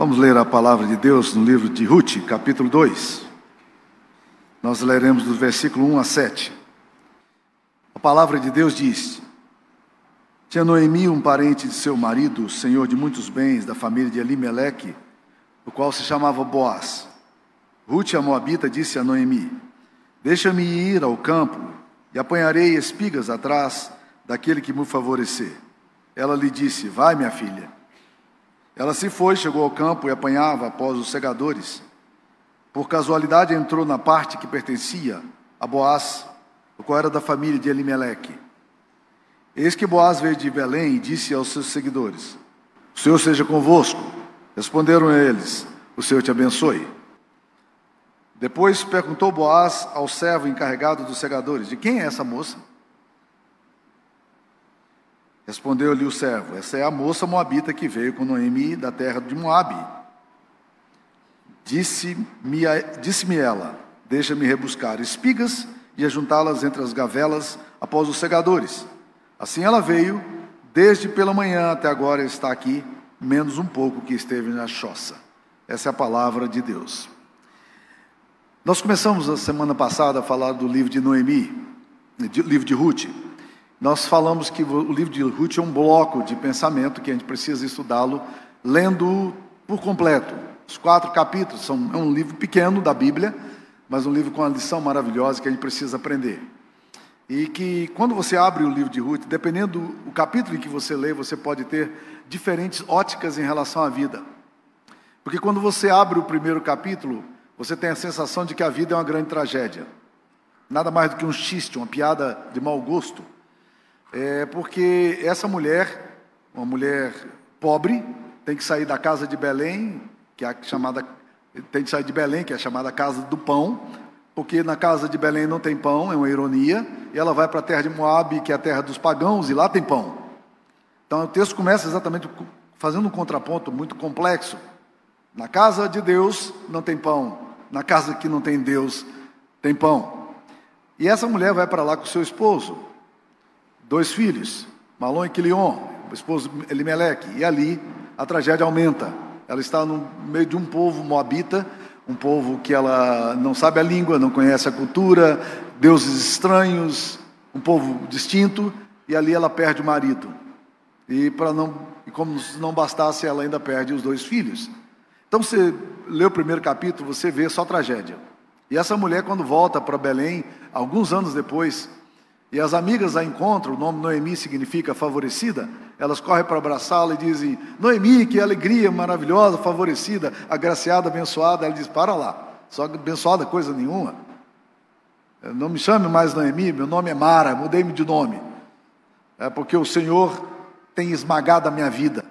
Vamos ler a palavra de Deus no livro de Ruth, capítulo 2. Nós leremos do versículo 1 a 7. A palavra de Deus diz: Tinha Noemi um parente de seu marido, senhor de muitos bens, da família de Elimeleque, o qual se chamava Boaz. Ruth, a moabita, disse a Noemi: Deixa-me ir ao campo e apanharei espigas atrás daquele que me favorecer. Ela lhe disse: Vai, minha filha. Ela se foi, chegou ao campo e apanhava após os segadores. Por casualidade entrou na parte que pertencia a Boaz, o qual era da família de Elimeleque. Eis que Boaz veio de Belém e disse aos seus seguidores: O Senhor seja convosco. Responderam eles: O Senhor te abençoe. Depois perguntou Boaz ao servo encarregado dos segadores: De quem é essa moça? Respondeu-lhe o servo: Essa é a moça moabita que veio com Noemi da terra de Moabe. Disse-me ela: Deixa-me rebuscar espigas e ajuntá-las entre as gavelas após os segadores. Assim ela veio, desde pela manhã até agora está aqui, menos um pouco que esteve na choça. Essa é a palavra de Deus. Nós começamos a semana passada a falar do livro de Noemi, livro de Ruth. Nós falamos que o livro de Ruth é um bloco de pensamento que a gente precisa estudá-lo lendo por completo. Os 4 capítulos é um livro pequeno da Bíblia, mas um livro com uma lição maravilhosa que a gente precisa aprender. E que quando você abre o livro de Ruth, dependendo do capítulo em que você lê, você pode ter diferentes óticas em relação à vida. Porque quando você abre o primeiro capítulo, você tem a sensação de que a vida é uma grande tragédia. Nada mais do que um xiste, uma piada de mau gosto. Porque essa mulher, uma mulher pobre, tem que sair da casa de Belém, que é a chamada casa do pão, porque na casa de Belém não tem pão, é uma ironia, e ela vai para a terra de Moabe, que é a terra dos pagãos, e lá tem pão. Então o texto começa exatamente fazendo um contraponto muito complexo. Na casa de Deus não tem pão, na casa que não tem Deus tem pão. E essa mulher vai para lá com seu esposo, 2 filhos, Malom e Quilion, o esposo Elimeleque, e ali a tragédia aumenta. Ela está no meio de um povo moabita, um povo que ela não sabe a língua, não conhece a cultura, deuses estranhos, um povo distinto, e ali ela perde o marido. E como se não bastasse, ela ainda perde os 2 filhos. Então você lê o primeiro capítulo, você vê só tragédia. E essa mulher, quando volta para Belém, alguns anos depois, e as amigas a encontram, o nome Noemi significa favorecida, elas correm para abraçá-la e dizem: Noemi, que alegria maravilhosa, favorecida, agraciada, abençoada. Ela diz: Para lá, só abençoada coisa nenhuma. Não me chame mais Noemi, meu nome é Mara, mudei-me de nome. Porque o Senhor tem esmagado a minha vida.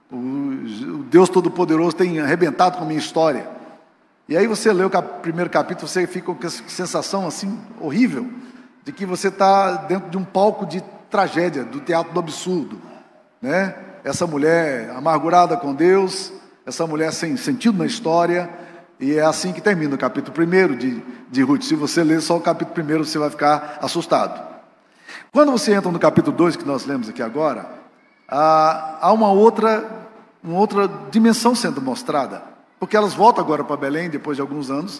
O Deus Todo-Poderoso tem arrebentado com a minha história. E aí você lê o primeiro capítulo, você fica com essa sensação assim horrível, de que você está dentro de um palco de tragédia, do teatro do absurdo, né? Essa mulher amargurada com Deus, essa mulher sem sentido na história, e é assim que termina o capítulo 1 de Ruth. Se você ler só o capítulo 1, você vai ficar assustado. Quando você entra no capítulo 2, que nós lemos aqui agora, há uma outra dimensão sendo mostrada, porque elas voltam agora para Belém, depois de alguns anos.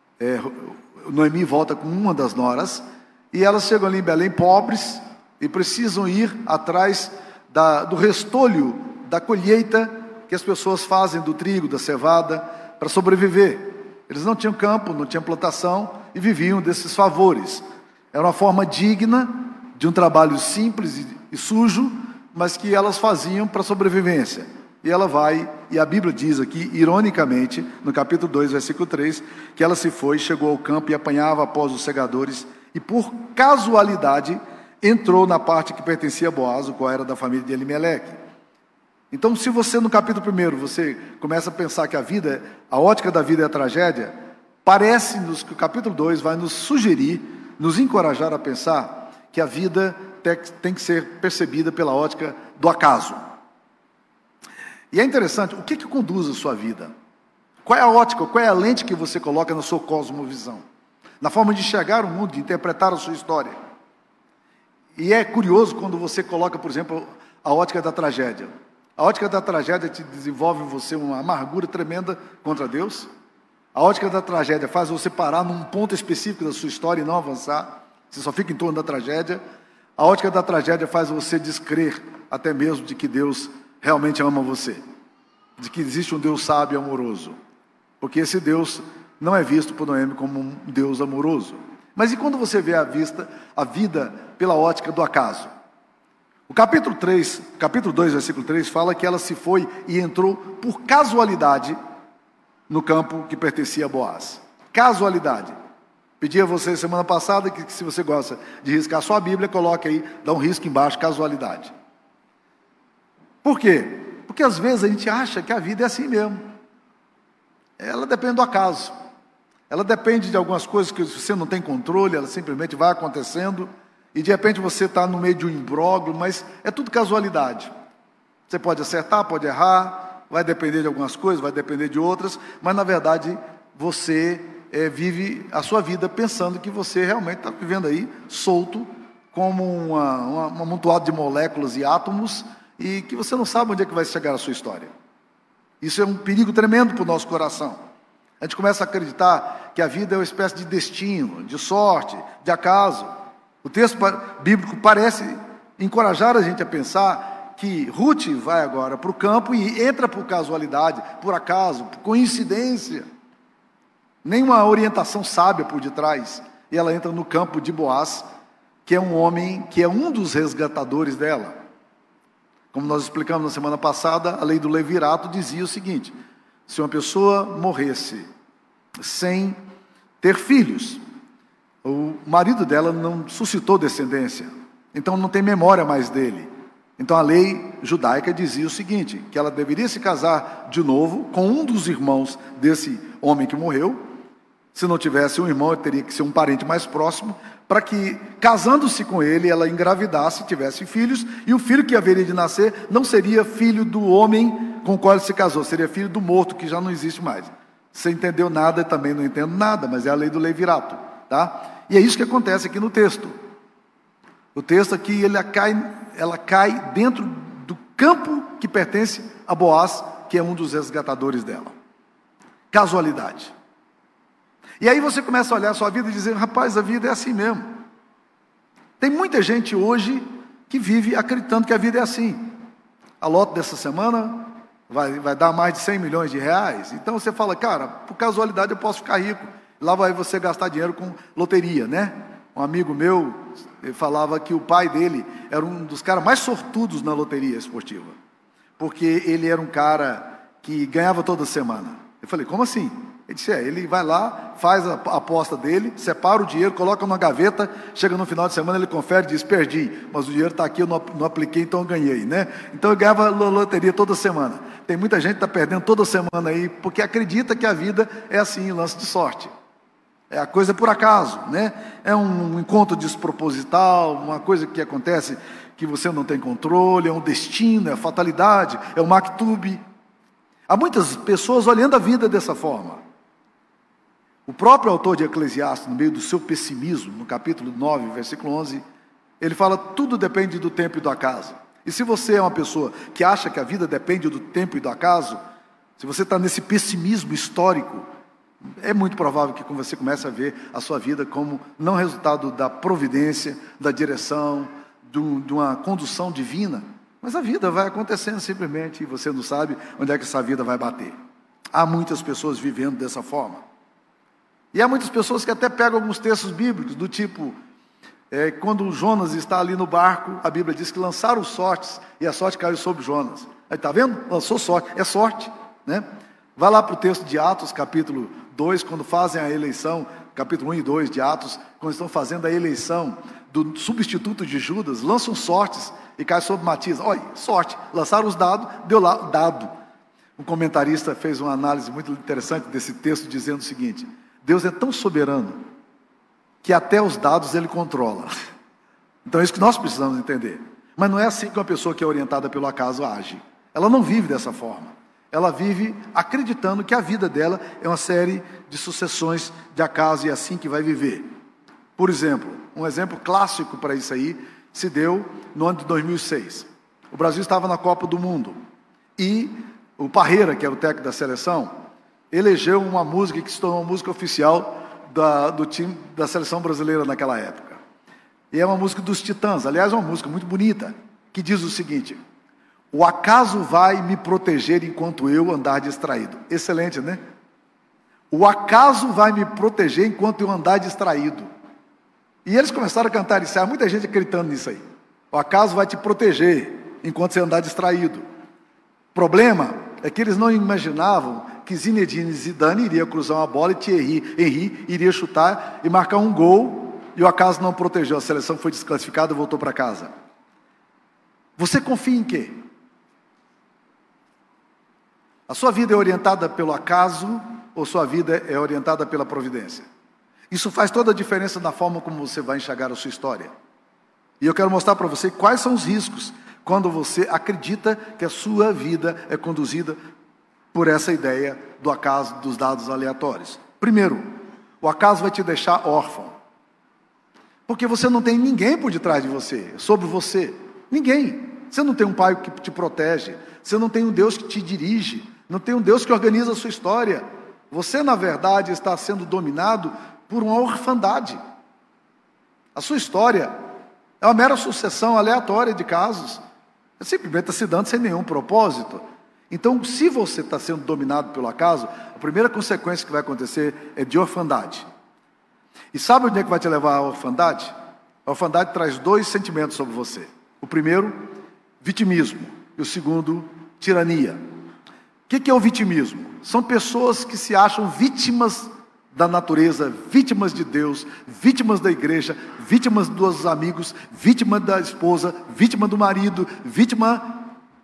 Noemi volta com uma das noras, e elas chegam ali em Belém pobres e precisam ir atrás do restolho da colheita que as pessoas fazem do trigo, da cevada, para sobreviver. Eles não tinham campo, não tinham plantação e viviam desses favores. Era uma forma digna de um trabalho simples e sujo, mas que elas faziam para sobrevivência. E ela vai, e a Bíblia diz aqui, ironicamente, no capítulo 2, versículo 3, que ela se foi, chegou ao campo e apanhava após os segadores, e por casualidade entrou na parte que pertencia a Boaz, o qual era da família de Elimeleque. Então, se você no capítulo 1, você começa a pensar que a ótica da vida é a tragédia, parece-nos que o capítulo 2 vai nos sugerir, nos encorajar a pensar que a vida tem que ser percebida pela ótica do acaso. E é interessante, o que conduz a sua vida? Qual é a ótica, qual é a lente que você coloca na sua cosmovisão? Na forma de enxergar o mundo, de interpretar a sua história. E é curioso quando você coloca, por exemplo, a ótica da tragédia. A ótica da tragédia te desenvolve em você uma amargura tremenda contra Deus. A ótica da tragédia faz você parar num ponto específico da sua história e não avançar. Você só fica em torno da tragédia. A ótica da tragédia faz você descrer até mesmo de que Deus realmente ama você, de que existe um Deus sábio e amoroso, porque esse Deus não é visto por Noemi como um Deus amoroso. Mas e quando você vê a vida pela ótica do acaso? O capítulo 2, versículo 3, fala que ela se foi e entrou por casualidade no campo que pertencia a Boaz. Casualidade. Pedi a você semana passada que se você gosta de riscar a sua Bíblia, coloque aí, dá um risco embaixo, casualidade. Por quê? Porque às vezes a gente acha que a vida é assim mesmo. Ela depende do acaso. Ela depende de algumas coisas que você não tem controle, ela simplesmente vai acontecendo, e de repente você está no meio de um imbróglio, mas é tudo casualidade. Você pode acertar, pode errar, vai depender de algumas coisas, vai depender de outras, mas na verdade você vive a sua vida pensando que você realmente está vivendo aí solto, como um amontoado de moléculas e átomos, e que você não sabe onde é que vai chegar a sua história. Isso é um perigo tremendo para o nosso coração. A gente começa a acreditar que a vida é uma espécie de destino, de sorte, de acaso. O texto bíblico parece encorajar a gente a pensar que Ruth vai agora para o campo e entra por casualidade, por acaso, por coincidência. Nenhuma orientação sábia por detrás. E ela entra no campo de Boaz, que é um homem, que é um dos resgatadores dela. Como nós explicamos na semana passada, a lei do levirato dizia o seguinte: se uma pessoa morresse sem ter filhos, o marido dela não suscitou descendência, então não tem memória mais dele. Então a lei judaica dizia o seguinte, que ela deveria se casar de novo com um dos irmãos desse homem que morreu. Se não tivesse um irmão, teria que ser um parente mais próximo, para que, casando-se com ele, ela engravidasse, tivesse filhos, e o filho que haveria de nascer não seria filho do homem com o qual ele se casou, seria filho do morto, que já não existe mais. Você entendeu nada, eu também não entendo nada, mas é a lei do levirato, tá? E é isso que acontece aqui no texto. O texto aqui, ela cai dentro do campo que pertence a Boaz, que é um dos resgatadores dela. Casualidade. E aí você começa a olhar a sua vida e dizer, rapaz, a vida é assim mesmo. Tem muita gente hoje que vive acreditando que a vida é assim. A loto dessa semana vai dar mais de 100 milhões de reais. Então você fala, cara, por casualidade eu posso ficar rico. Lá vai você gastar dinheiro com loteria, né? Um amigo meu, ele falava que o pai dele era um dos caras mais sortudos na loteria esportiva. Porque ele era um cara que ganhava toda semana. Eu falei, como assim? Ele disse, ele vai lá, faz a aposta dele, separa o dinheiro, coloca numa gaveta, chega no final de semana, ele confere e diz, perdi, mas o dinheiro está aqui, eu não apliquei, então eu ganhei, né? Então eu ganhava loteria toda semana. Tem muita gente que está perdendo toda semana aí, porque acredita que a vida é assim, lance de sorte. É a coisa por acaso, né? É um encontro desproposital, uma coisa que acontece que você não tem controle, é um destino, é a fatalidade, é o maktub. Há muitas pessoas olhando a vida dessa forma. O próprio autor de Eclesiastes, no meio do seu pessimismo, no capítulo 9, versículo 11, ele fala, tudo depende do tempo e do acaso. E se você é uma pessoa que acha que a vida depende do tempo e do acaso, se você está nesse pessimismo histórico, é muito provável que você comece a ver a sua vida como não resultado da providência, da direção, de uma condução divina, mas a vida vai acontecendo simplesmente e você não sabe onde é que essa vida vai bater. Há muitas pessoas vivendo dessa forma. E há muitas pessoas que até pegam alguns textos bíblicos, do tipo, quando Jonas está ali no barco, a Bíblia diz que lançaram sortes, e a sorte caiu sobre Jonas. Aí, está vendo? Lançou sorte, é sorte, né? Vai lá para o texto de Atos, capítulo 2, quando fazem a eleição, capítulo 1 e 2 de Atos, quando estão fazendo a eleição do substituto de Judas, lançam sortes e cai sobre Matias. Olha, sorte, lançaram os dados, deu lá, dado. Um comentarista fez uma análise muito interessante desse texto, dizendo o seguinte, Deus é tão soberano, que até os dados Ele controla. Então é isso que nós precisamos entender. Mas não é assim que uma pessoa que é orientada pelo acaso age. Ela não vive dessa forma. Ela vive acreditando que a vida dela é uma série de sucessões de acaso e é assim que vai viver. Por exemplo, um exemplo clássico para isso aí se deu no ano de 2006. O Brasil estava na Copa do Mundo. E o Parreira, que era o técnico da seleção, elegeu uma música que se tornou uma música oficial do time da seleção brasileira naquela época. E é uma música dos Titãs, aliás, é uma música muito bonita, que diz o seguinte: o acaso vai me proteger enquanto eu andar distraído. Excelente, né? O acaso vai me proteger enquanto eu andar distraído. E eles começaram a cantar isso, há muita gente acreditando nisso aí. O acaso vai te proteger enquanto você andar distraído. O problema é que eles não imaginavam que Zinedine Zidane iria cruzar uma bola e Thierry Henry iria chutar e marcar um gol, e o acaso não protegeu. A seleção foi desclassificada e voltou para casa. Você confia em quê? A sua vida é orientada pelo acaso ou sua vida é orientada pela providência? Isso faz toda a diferença na forma como você vai enxergar a sua história. E eu quero mostrar para você quais são os riscos quando você acredita que a sua vida é conduzida por essa ideia do acaso, dos dados aleatórios. Primeiro, o acaso vai te deixar órfão. Porque você não tem ninguém por detrás de você, sobre você. Ninguém. Você não tem um pai que te protege. Você não tem um Deus que te dirige. Não tem um Deus que organiza a sua história. Você, na verdade, está sendo dominado por uma orfandade. A sua história é uma mera sucessão aleatória de casos. Você simplesmente está se dando sem nenhum propósito. Então, se você está sendo dominado pelo acaso, a primeira consequência que vai acontecer é de orfandade. E sabe onde é que vai te levar a orfandade? A orfandade traz dois sentimentos sobre você. O primeiro, vitimismo. E o segundo, tirania. O que é o vitimismo? São pessoas que se acham vítimas da natureza, vítimas de Deus, vítimas da igreja, vítimas dos amigos, vítima da esposa, vítima do marido, vítima.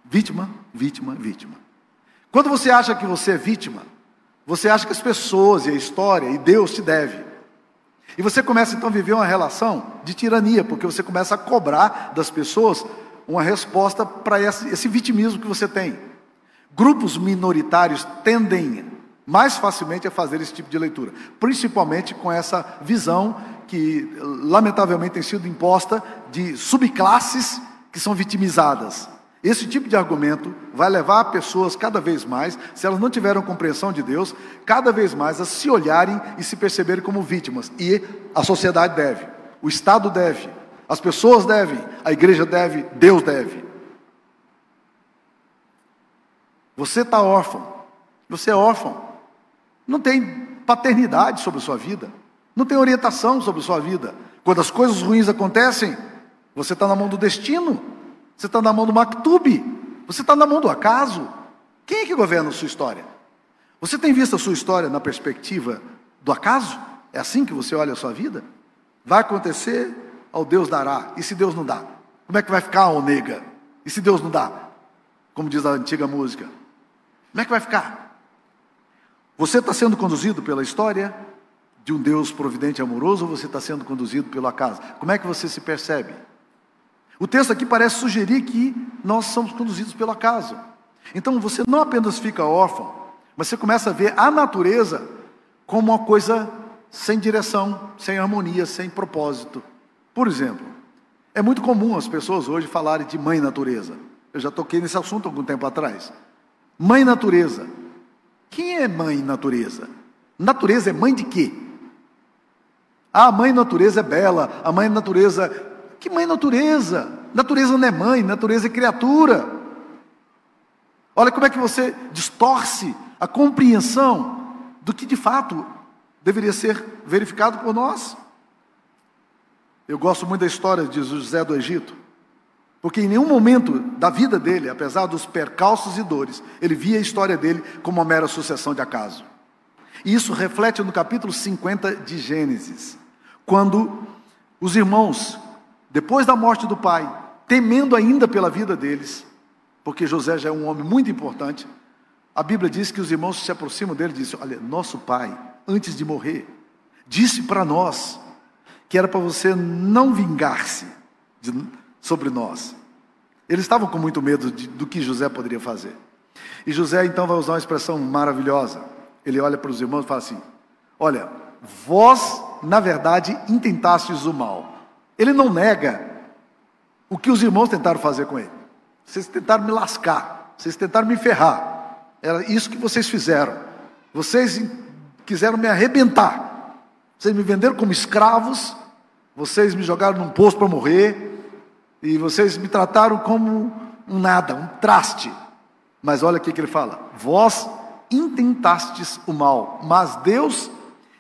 Quando você acha que você é vítima, você acha que as pessoas e a história e Deus te deve. E você começa então a viver uma relação de tirania, porque você começa a cobrar das pessoas uma resposta para esse vitimismo que você tem. Grupos minoritários tendem mais facilmente a fazer esse tipo de leitura, principalmente com essa visão que lamentavelmente tem sido imposta de subclasses que são vitimizadas. Esse tipo de argumento vai levar pessoas cada vez mais, se elas não tiveram compreensão de Deus, cada vez mais a se olharem e se perceberem como vítimas. E a sociedade deve, o Estado deve, as pessoas devem, a igreja deve, Deus deve. Você está órfão, você é órfão, não tem paternidade sobre a sua vida, não tem orientação sobre a sua vida. Quando as coisas ruins acontecem, você está na mão do destino, você está na mão do Maktub, você está na mão do acaso. Quem é que governa a sua história? Você tem visto a sua história na perspectiva do acaso? É assim que você olha a sua vida? Vai acontecer, ao Deus dará. E se Deus não dá? Como é que vai ficar, ô nega? E se Deus não dá? Como diz a antiga música. Como é que vai ficar? Você está sendo conduzido pela história de um Deus providente e amoroso, ou você está sendo conduzido pelo acaso? Como é que você se percebe? O texto aqui parece sugerir que nós somos conduzidos pelo acaso. Então você não apenas fica órfão, mas você começa a ver a natureza como uma coisa sem direção, sem harmonia, sem propósito. Por exemplo, é muito comum as pessoas hoje falarem de mãe natureza. Eu já toquei nesse assunto há algum tempo atrás. Mãe natureza. Quem é mãe natureza? Natureza é mãe de quê? A mãe natureza é bela, a mãe natureza... Que mãe natureza? Natureza não é mãe, natureza é criatura. Olha como é que você distorce a compreensão do que de fato deveria ser verificado por nós. Eu gosto muito da história de José do Egito, porque em nenhum momento da vida dele, apesar dos percalços e dores, ele via a história dele como uma mera sucessão de acaso. E isso reflete no capítulo 50 de Gênesis, quando os irmãos, depois da morte do pai, temendo ainda pela vida deles, porque José já é um homem muito importante, a Bíblia diz que os irmãos se aproximam dele e dizem: olha, nosso pai, antes de morrer, disse para nós que era para você não vingar-se sobre nós. Eles estavam com muito medo do que José poderia fazer. E José então vai usar uma expressão maravilhosa. Ele olha para os irmãos e fala assim: olha, vós na verdade intentastes o mal. Ele não nega o que os irmãos tentaram fazer com ele. Vocês tentaram me lascar. Vocês tentaram me ferrar. Era isso que vocês fizeram. Vocês quiseram me arrebentar. Vocês me venderam como escravos. Vocês me jogaram num poço para morrer. E vocês me trataram como um nada, um traste. Mas olha o que ele fala. Vós intentastes o mal, mas Deus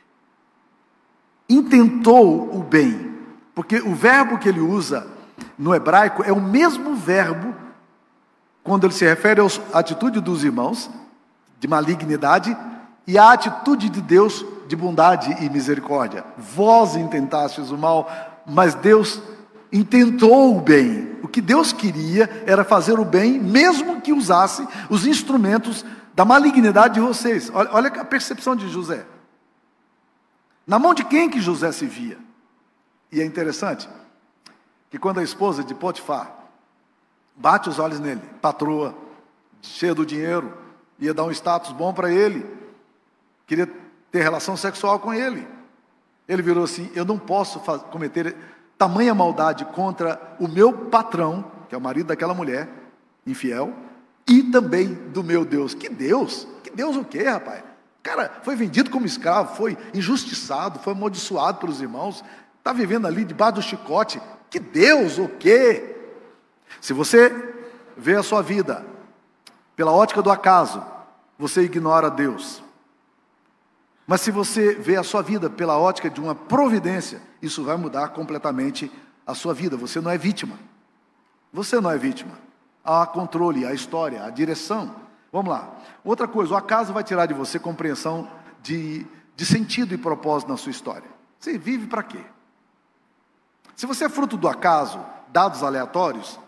intentou o bem. Porque o verbo que ele usa no hebraico é o mesmo verbo quando ele se refere à atitude dos irmãos, de malignidade, e à atitude de Deus de bondade e misericórdia. Vós intentastes o mal, mas Deus intentou o bem. O que Deus queria era fazer o bem, mesmo que usasse os instrumentos da malignidade de vocês. Olha a percepção de José. Na mão de quem que José se via? E é interessante que quando a esposa de Potifar bate os olhos nele, patroa, cheia do dinheiro, ia dar um status bom para ele, queria ter relação sexual com ele. Ele virou assim: eu não posso cometer tamanha maldade contra o meu patrão, que é o marido daquela mulher, infiel, e também do meu Deus. Que Deus? Que Deus o quê, rapaz? O cara foi vendido como escravo, foi injustiçado, foi amaldiçoado pelos irmãos, está vivendo ali debaixo do chicote. Que Deus o quê? Se você vê a sua vida pela ótica do acaso, você ignora Deus. Mas se você vê a sua vida pela ótica de uma providência, isso vai mudar completamente a sua vida. Você não é vítima. Você não é vítima. Há controle, há história, há direção. Vamos lá. Outra coisa, o acaso vai tirar de você compreensão de sentido e propósito na sua história. Você vive para quê? Se você é fruto do acaso, dados aleatórios,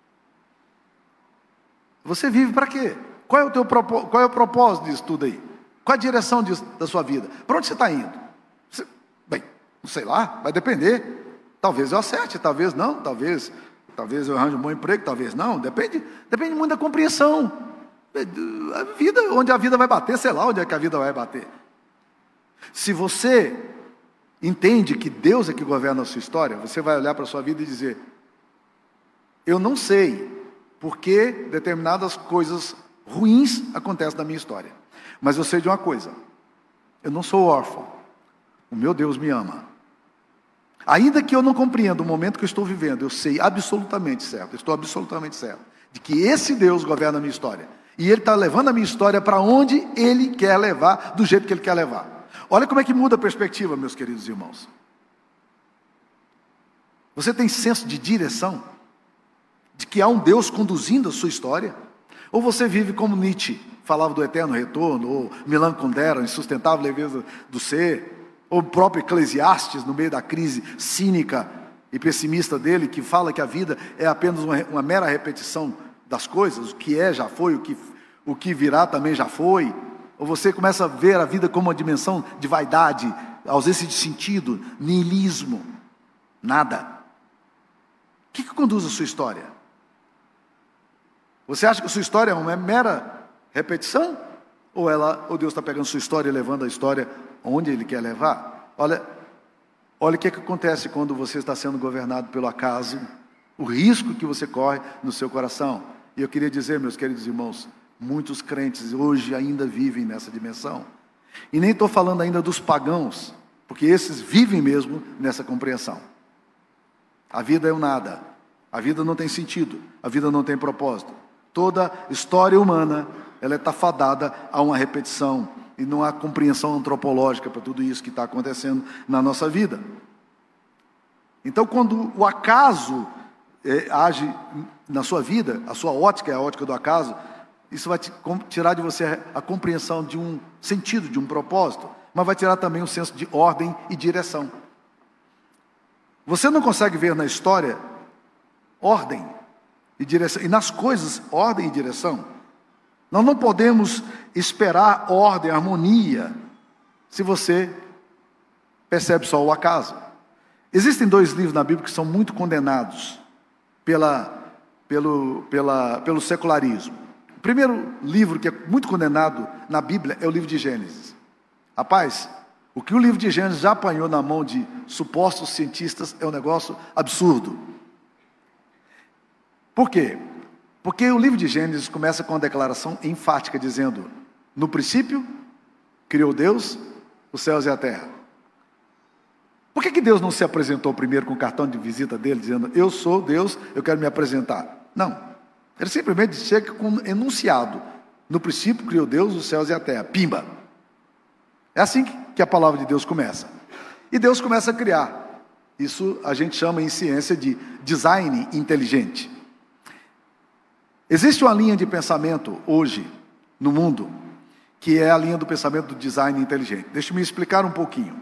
você vive para quê? Qual é o propósito disso tudo aí? Qual a direção da sua vida? Para onde você está indo? Bem, não sei lá, vai depender. Talvez eu acerte, talvez não, talvez eu arranje um bom emprego, talvez não. Depende muito da compreensão. A vida, onde a vida vai bater, sei lá onde é que a vida vai bater. Se você entende que Deus é que governa a sua história, você vai olhar para a sua vida e dizer: eu não sei por que determinadas coisas ruins acontecem na minha história, mas eu sei de uma coisa: eu não sou órfão, o meu Deus me ama. Ainda que eu não compreenda o momento que eu estou vivendo, eu sei absolutamente certo, eu estou absolutamente certo, de que esse Deus governa a minha história, e Ele está levando a minha história para onde Ele quer levar, do jeito que Ele quer levar. Olha como é que muda a perspectiva, meus queridos irmãos. Você tem senso de direção? De que há um Deus conduzindo a sua história? Ou você vive como Nietzsche, falava do eterno retorno, ou Milan Kundera, insustentável leveza do ser, ou o próprio Eclesiastes, no meio da crise cínica e pessimista dele, que fala que a vida é apenas uma mera repetição das coisas, o que é já foi, o que virá também já foi. Ou você começa a ver a vida como uma dimensão de vaidade, ausência de sentido, niilismo, nada. O que conduz a sua história? Você acha que a sua história é uma mera repetição? Ou Deus está pegando a sua história e levando a história onde Ele quer levar? Olha o que acontece quando você está sendo governado pelo acaso, o risco que você corre no seu coração. E eu queria dizer, meus queridos irmãos, muitos crentes hoje ainda vivem nessa dimensão. E nem estou falando ainda dos pagãos, porque esses vivem mesmo nessa compreensão. A vida é um nada, a vida não tem sentido, a vida não tem propósito. Toda história humana, ela está fadada a uma repetição, e não há compreensão antropológica para tudo isso que está acontecendo na nossa vida. Então, quando o acaso age na sua vida, a sua ótica é a ótica do acaso, isso vai tirar de você a compreensão de um sentido, de um propósito, mas vai tirar também um senso de ordem e direção. Você não consegue ver na história ordem e direção, e nas coisas ordem e direção. Nós não podemos esperar ordem, harmonia, se você percebe só o acaso. Existem 2 livros na Bíblia que são muito condenados pelo secularismo. O primeiro livro que é muito condenado na Bíblia é o livro de Gênesis. Rapaz, o que o livro de Gênesis já apanhou na mão de supostos cientistas é um negócio absurdo. Por quê? Porque o livro de Gênesis começa com uma declaração enfática, dizendo: no princípio, criou Deus os céus e a terra. Por que Deus não se apresentou primeiro com o cartão de visita dele, dizendo: eu sou Deus, eu quero me apresentar? Não. Ele simplesmente chega com um enunciado: no princípio criou Deus os céus e a terra. Pimba! É assim que a palavra de Deus começa. E Deus começa a criar. Isso a gente chama em ciência de design inteligente. Existe uma linha de pensamento hoje no mundo, que é a linha do pensamento do design inteligente. Deixa eu me explicar um pouquinho.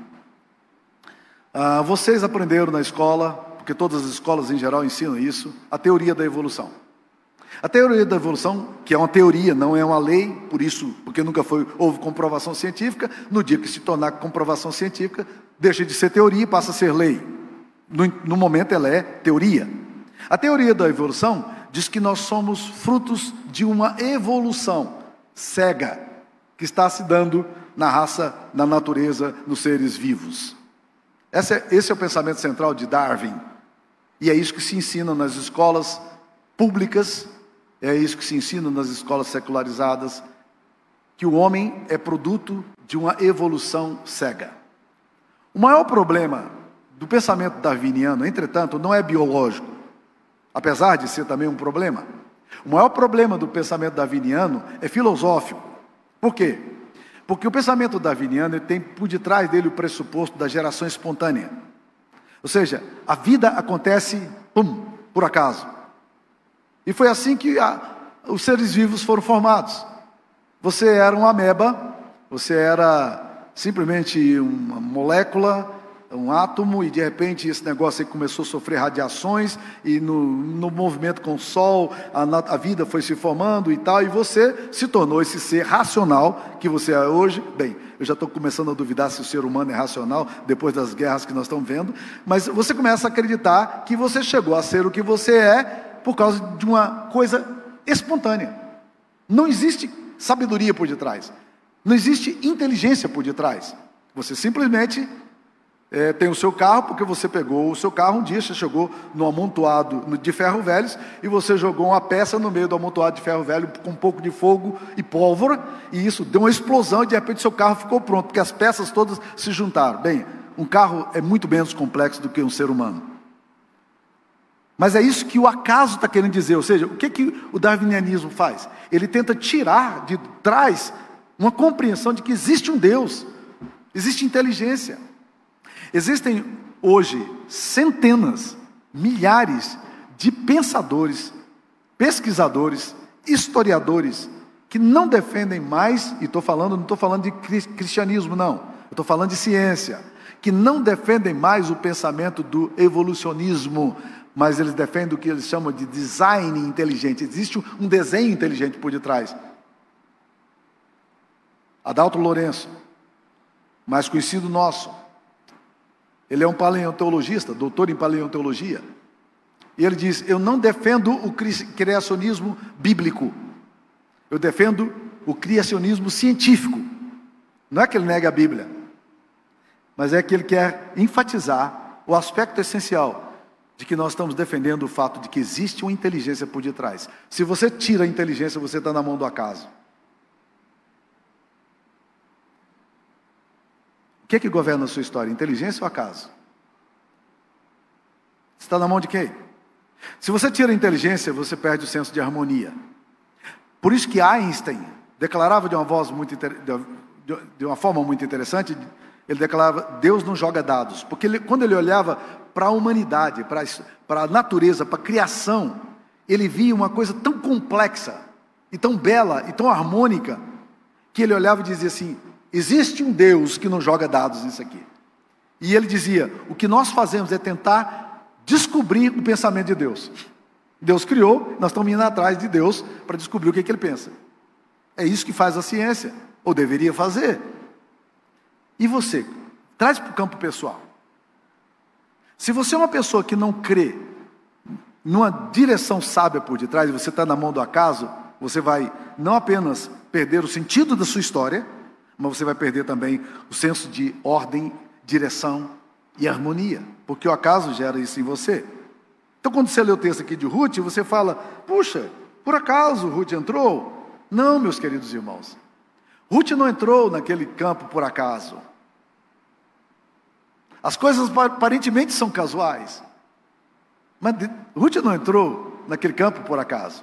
Vocês aprenderam na escola, porque todas as escolas em geral ensinam isso, a teoria da evolução. A teoria da evolução, que é uma teoria, não é uma lei, por isso, porque nunca houve comprovação científica, no dia que se tornar comprovação científica, deixa de ser teoria e passa a ser lei. No momento ela é teoria. A teoria da evolução diz que nós somos frutos de uma evolução cega, que está se dando na raça, na natureza, nos seres vivos. Esse é o pensamento central de Darwin. E é isso que se ensina nas escolas públicas, é isso que se ensina nas escolas secularizadas, que o homem é produto de uma evolução cega. O maior problema do pensamento darwiniano, entretanto, não é biológico, apesar de ser também um problema. O maior problema do pensamento darwiniano é filosófico. Por quê? Porque o pensamento darwiniano tem por detrás dele o pressuposto da geração espontânea. Ou seja, a vida acontece, por acaso. E foi assim que os seres vivos foram formados. Você era uma ameba, você era simplesmente uma molécula, um átomo, e de repente esse negócio aí começou a sofrer radiações, e no movimento com o Sol, a vida foi se formando e tal, e você se tornou esse ser racional que você é hoje. Bem, eu já estou começando a duvidar se o ser humano é racional, depois das guerras que nós estamos vendo, mas você começa a acreditar que você chegou a ser o que você é, por causa de uma coisa espontânea. Não existe sabedoria por detrás, não existe inteligência por detrás. Você simplesmente tem o seu carro, porque você pegou o seu carro um dia, você chegou no amontoado de ferro velhos, e você jogou uma peça no meio do amontoado de ferro velho com um pouco de fogo e pólvora, e isso deu uma explosão, e de repente seu carro ficou pronto, porque as peças todas se juntaram. Bem, um carro é muito menos complexo do que um ser humano. Mas é isso que o acaso está querendo dizer. Ou seja, o que o darwinianismo faz? Ele tenta tirar de trás uma compreensão de que existe um Deus, existe inteligência. Existem hoje centenas, milhares de pensadores, pesquisadores, historiadores, que não defendem mais, e não estou falando de cristianismo, não, eu estou falando de ciência, que não defendem mais o pensamento do evolucionismo, mas eles defendem o que eles chamam de design inteligente. Existe um desenho inteligente por detrás. Adalto Lourenço, mais conhecido nosso, ele é um paleontologista, doutor em paleontologia, e ele diz: eu não defendo o criacionismo bíblico, eu defendo o criacionismo científico. Não é que ele nega a Bíblia, mas é que ele quer enfatizar o aspecto essencial de que nós estamos defendendo o fato de que existe uma inteligência por detrás. Se você tira a inteligência, você está na mão do acaso. O que é que governa a sua história? Inteligência ou acaso? Está na mão de quem? Se você tira a inteligência, você perde o senso de harmonia. Por isso que Einstein declarava de uma forma muito interessante, ele declarava: Deus não joga dados. Porque quando ele olhava para a humanidade, para a natureza, para a criação, ele via uma coisa tão complexa, e tão bela, e tão harmônica, que ele olhava e dizia assim: existe um Deus que não joga dados nisso aqui. E ele dizia: o que nós fazemos é tentar descobrir o pensamento de Deus. Deus criou, nós estamos indo atrás de Deus para descobrir o que ele pensa. É isso que faz a ciência, ou deveria fazer. E você? Traz para o campo pessoal. Se você é uma pessoa que não crê numa direção sábia por detrás, e você está na mão do acaso, você vai não apenas perder o sentido da sua história, mas você vai perder também o senso de ordem, direção e harmonia, porque o acaso gera isso em você. Então, quando você lê o texto aqui de Ruth, você fala: puxa, por acaso Ruth entrou? Não, meus queridos irmãos. Ruth não entrou naquele campo por acaso. As coisas aparentemente são casuais. Mas Ruth não entrou naquele campo por acaso.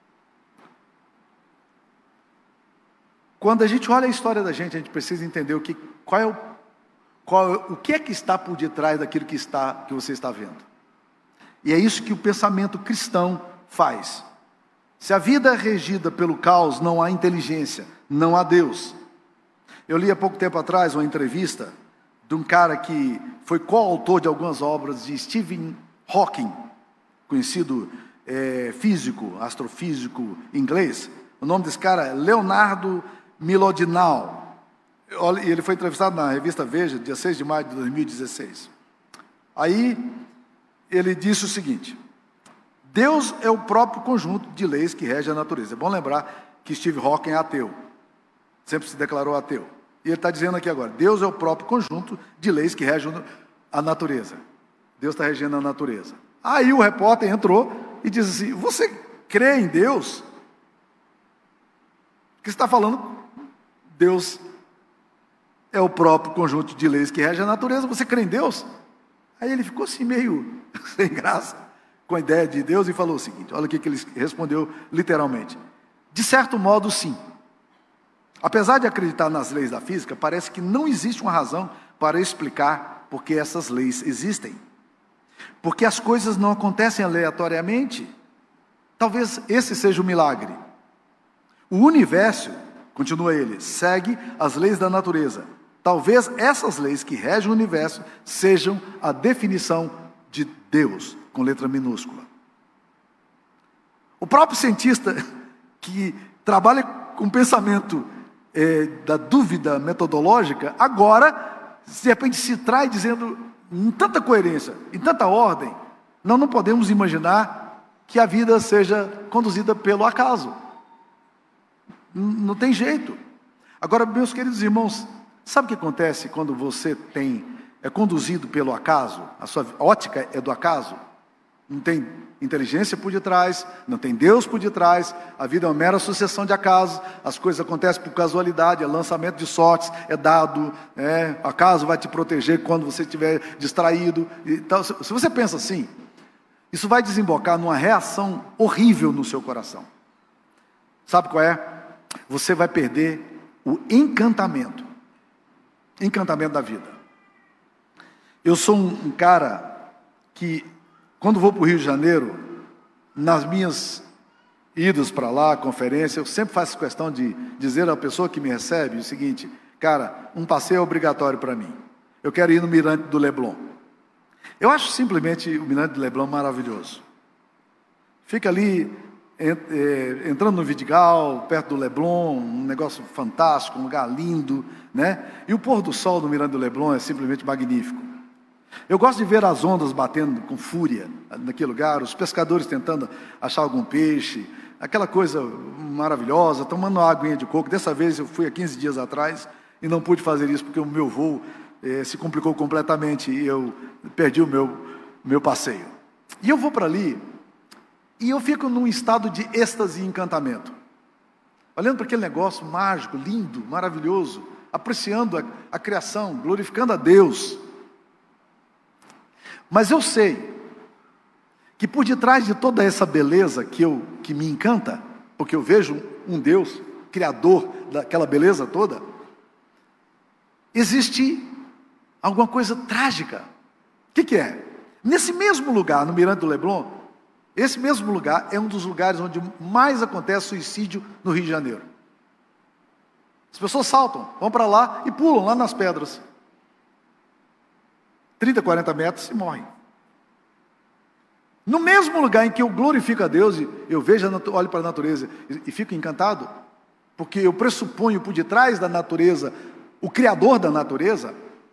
Quando a gente olha a história da gente, a gente precisa entender o que é que está por detrás daquilo que você está vendo. E é isso que o pensamento cristão faz. Se a vida é regida pelo caos, não há inteligência, não há Deus. Eu li há pouco tempo atrás uma entrevista de um cara que foi coautor de algumas obras de Stephen Hawking, conhecido físico, astrofísico inglês. O nome desse cara é Leonardo Milodinal. Ele foi entrevistado na revista Veja, dia 6 de maio de 2016. Aí ele disse o seguinte: Deus é o próprio conjunto de leis que rege a natureza. É bom lembrar que Stephen Hawking é ateu, sempre se declarou ateu. E ele está dizendo aqui agora: Deus é o próprio conjunto de leis que regem a natureza. Deus está regendo a natureza. Aí o repórter entrou e disse assim: você crê em Deus? O que você está falando? Deus é o próprio conjunto de leis que rege a natureza. Você crê em Deus? Aí ele ficou assim meio sem graça com a ideia de Deus e falou o seguinte: olha o que ele respondeu literalmente: de certo modo, sim. Apesar de acreditar nas leis da física, parece que não existe uma razão para explicar por que essas leis existem. Porque as coisas não acontecem aleatoriamente. Talvez esse seja o milagre. O universo, continua ele, segue as leis da natureza. Talvez essas leis que regem o universo sejam a definição de Deus, com letra minúscula. O próprio cientista que trabalha com pensamento da dúvida metodológica, agora, de repente, se trai dizendo, em tanta coerência, em tanta ordem, nós não podemos imaginar que a vida seja conduzida pelo acaso. Não tem jeito. Agora, meus queridos irmãos, sabe o que acontece quando você é conduzido pelo acaso? A sua ótica é do acaso? Não tem inteligência por detrás, não tem Deus por detrás, a vida é uma mera sucessão de acasos, as coisas acontecem por casualidade, é lançamento de sortes, é dado, acaso vai te proteger quando você estiver distraído. Então, se você pensa assim, isso vai desembocar numa reação horrível no seu coração. Sabe qual é? Você vai perder o encantamento da vida. Eu sou um cara que, quando vou para o Rio de Janeiro, nas minhas idas para lá, conferência, eu sempre faço questão de dizer à pessoa que me recebe o seguinte: cara, um passeio é obrigatório para mim. Eu quero ir no Mirante do Leblon. Eu acho simplesmente o Mirante do Leblon maravilhoso. Fica ali, entrando no Vidigal, perto do Leblon, um negócio fantástico, um lugar lindo, né? E o pôr do sol do Mirante do Leblon é simplesmente magnífico. Eu gosto de ver as ondas batendo com fúria naquele lugar, os pescadores tentando achar algum peixe, aquela coisa maravilhosa, tomando uma aguinha de coco. Dessa vez eu fui há 15 dias atrás e não pude fazer isso porque o meu voo se complicou completamente e eu perdi o meu passeio. E eu vou para ali e eu fico num estado de êxtase e encantamento, olhando para aquele negócio mágico, lindo, maravilhoso, apreciando a criação, glorificando a Deus. Mas eu sei que por detrás de toda essa beleza que me encanta, porque eu vejo um Deus, criador daquela beleza toda, existe alguma coisa trágica. O que é? Nesse mesmo lugar, no Mirante do Leblon, esse mesmo lugar é um dos lugares onde mais acontece suicídio no Rio de Janeiro. As pessoas saltam, vão para lá e pulam lá nas pedras. 30, 40 metros e morrem. No mesmo lugar em que eu glorifico a Deus, e eu olho para a natureza e fico encantado, porque eu pressuponho por detrás da natureza, o Criador da natureza,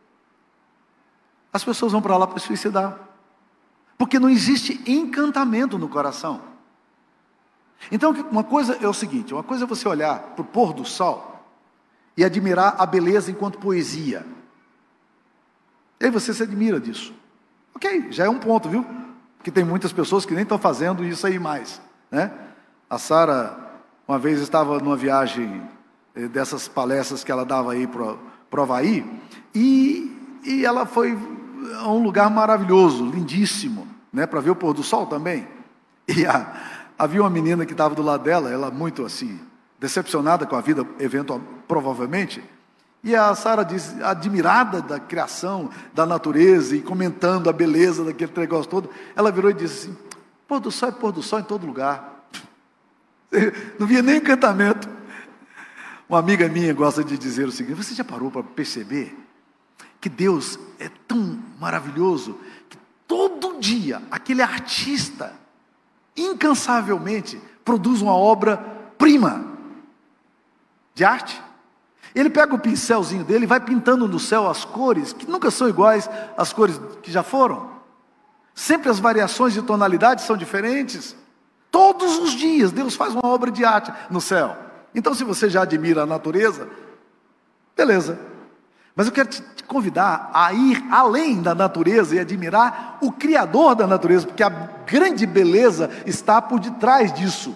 as pessoas vão para lá para se suicidar. Porque não existe encantamento no coração. Então, uma coisa é o seguinte, uma coisa é você olhar para o pôr do sol e admirar a beleza enquanto poesia. E aí você se admira disso. Ok, já é um ponto, viu? Porque tem muitas pessoas que nem estão fazendo isso aí mais, né? A Sara, uma vez estava numa viagem dessas palestras que ela dava aí para o Havaí, e ela foi a um lugar maravilhoso, lindíssimo, né, para ver o pôr do sol também. E havia uma menina que estava do lado dela, ela muito assim, decepcionada com a vida, provavelmente, e a Sara disse, admirada da criação, da natureza, e comentando a beleza daquele negócio todo, ela virou e disse assim: pôr do sol é pôr do sol em todo lugar. Não via nem encantamento. Uma amiga minha gosta de dizer o seguinte: você já parou para perceber que Deus é tão maravilhoso, que todo dia aquele artista incansavelmente produz uma obra-prima de arte? Ele pega o pincelzinho dele e vai pintando no céu as cores, que nunca são iguais às cores que já foram. Sempre as variações de tonalidade são diferentes. Todos os dias Deus faz uma obra de arte no céu. Então, se você já admira a natureza, beleza. Mas eu quero te convidar a ir além da natureza e admirar o Criador da natureza, porque a grande beleza está por detrás disso.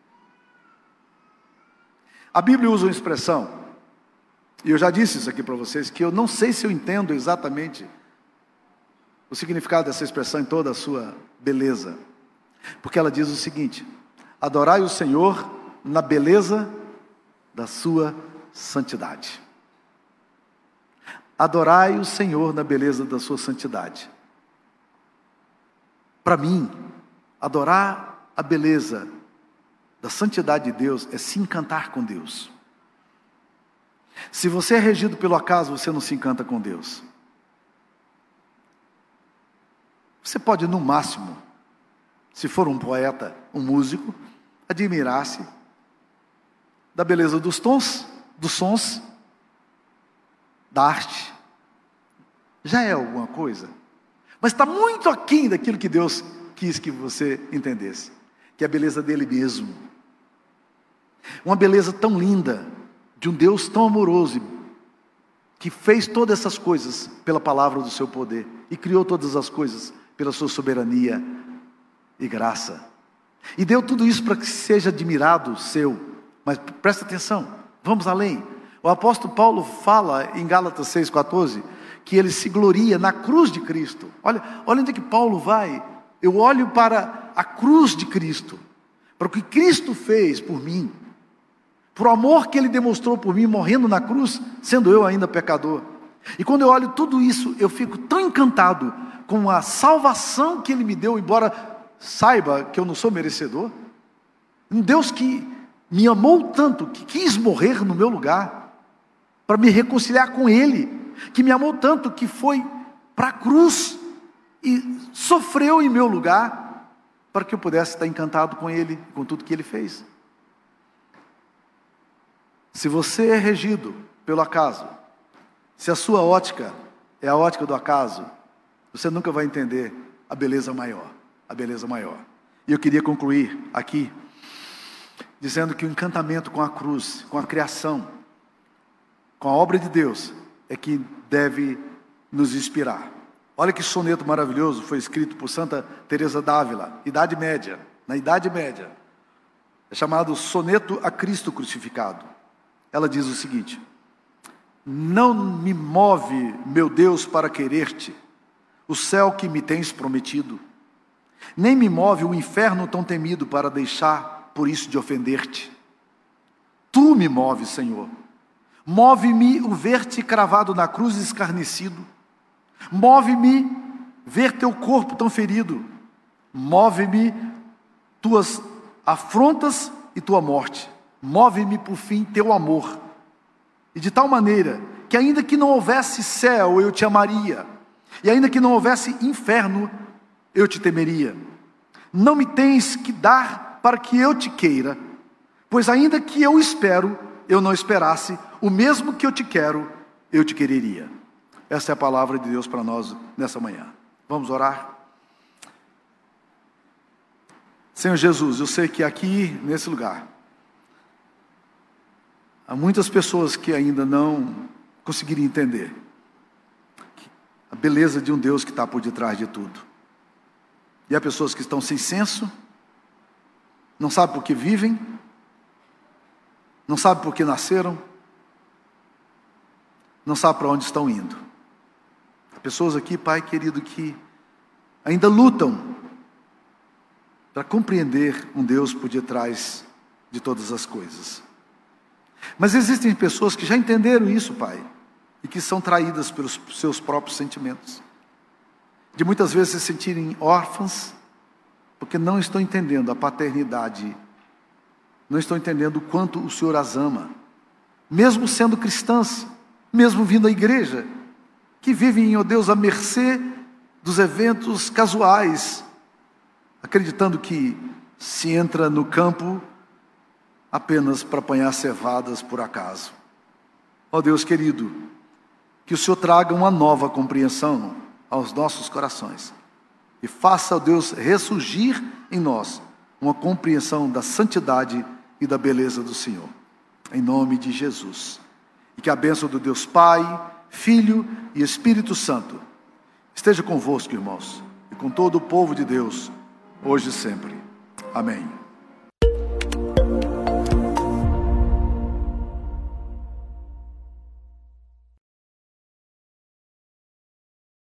A Bíblia usa uma expressão, e eu já disse isso aqui para vocês, que eu não sei se eu entendo exatamente o significado dessa expressão em toda a sua beleza. Porque ela diz o seguinte: adorai o Senhor na beleza da sua santidade. Adorai o Senhor na beleza da sua santidade. Para mim, adorar a beleza da santidade de Deus é se encantar com Deus. Se você é regido pelo acaso, você não se encanta com Deus. Você pode, no máximo, se for um poeta, um músico, admirar-se da beleza dos tons, dos sons, da arte. Já é alguma coisa. Mas está muito aquém daquilo que Deus quis que você entendesse, que é a beleza dele mesmo. Uma beleza tão linda, de um Deus tão amoroso, que fez todas essas coisas pela palavra do seu poder, e criou todas as coisas pela sua soberania e graça, e deu tudo isso para que seja admirado seu. Mas presta atenção, vamos além. O apóstolo Paulo fala em Gálatas 6,14, que ele se gloria na cruz de Cristo. Olha onde é que Paulo vai. Eu olho para a cruz de Cristo, para o que Cristo fez por mim, por o amor que ele demonstrou por mim, morrendo na cruz, sendo eu ainda pecador. E quando eu olho tudo isso, eu fico tão encantado com a salvação que ele me deu, embora saiba que eu não sou merecedor. Um Deus que me amou tanto, que quis morrer no meu lugar, para me reconciliar com ele, que me amou tanto, que foi para a cruz, e sofreu em meu lugar, para que eu pudesse estar encantado com ele, com tudo que ele fez. Se você é regido pelo acaso, se a sua ótica é a ótica do acaso, você nunca vai entender a beleza maior, a beleza maior. E eu queria concluir aqui, dizendo que o encantamento com a cruz, com a criação, com a obra de Deus, é que deve nos inspirar. Olha que soneto maravilhoso, foi escrito por Santa Teresa d'Ávila, Idade Média, na Idade Média. É chamado Soneto a Cristo Crucificado. Ela diz o seguinte: não me move, meu Deus, para querer-te, o céu que me tens prometido, nem me move o inferno tão temido para deixar por isso de ofender-te. Tu me moves, Senhor. Move-me o ver-te cravado na cruz escarnecido. Move-me ver teu corpo tão ferido. Move-me tuas afrontas e tua morte. Move-me por fim teu amor. E de tal maneira que ainda que não houvesse céu, eu te amaria. E ainda que não houvesse inferno, eu te temeria. Não me tens que dar para que eu te queira, pois ainda que eu espero, eu não esperasse, o mesmo que eu te quero, eu te quereria. Essa é a palavra de Deus para nós nessa manhã. Vamos orar? Senhor Jesus, eu sei que aqui, nesse lugar, há muitas pessoas que ainda não conseguiram entender a beleza de um Deus que está por detrás de tudo. E há pessoas que estão sem senso, não sabem por que vivem, não sabem por que nasceram, não sabem para onde estão indo. Há pessoas aqui, Pai querido, que ainda lutam para compreender um Deus por detrás de todas as coisas. Mas existem pessoas que já entenderam isso, Pai, e que são traídas pelos seus próprios sentimentos, de muitas vezes se sentirem órfãs, porque não estão entendendo a paternidade, não estão entendendo o quanto o Senhor as ama, mesmo sendo cristãs, mesmo vindo à igreja, que vivem, ó Deus, à mercê dos eventos casuais, acreditando que se entra no campo apenas para apanhar cevadas por acaso. Ó Deus querido, que o Senhor traga uma nova compreensão aos nossos corações e faça, ó Deus, ressurgir em nós uma compreensão da santidade e da beleza do Senhor, em nome de Jesus. E que a bênção do Deus Pai, Filho e Espírito Santo esteja convosco, irmãos, e com todo o povo de Deus, hoje e sempre. Amém.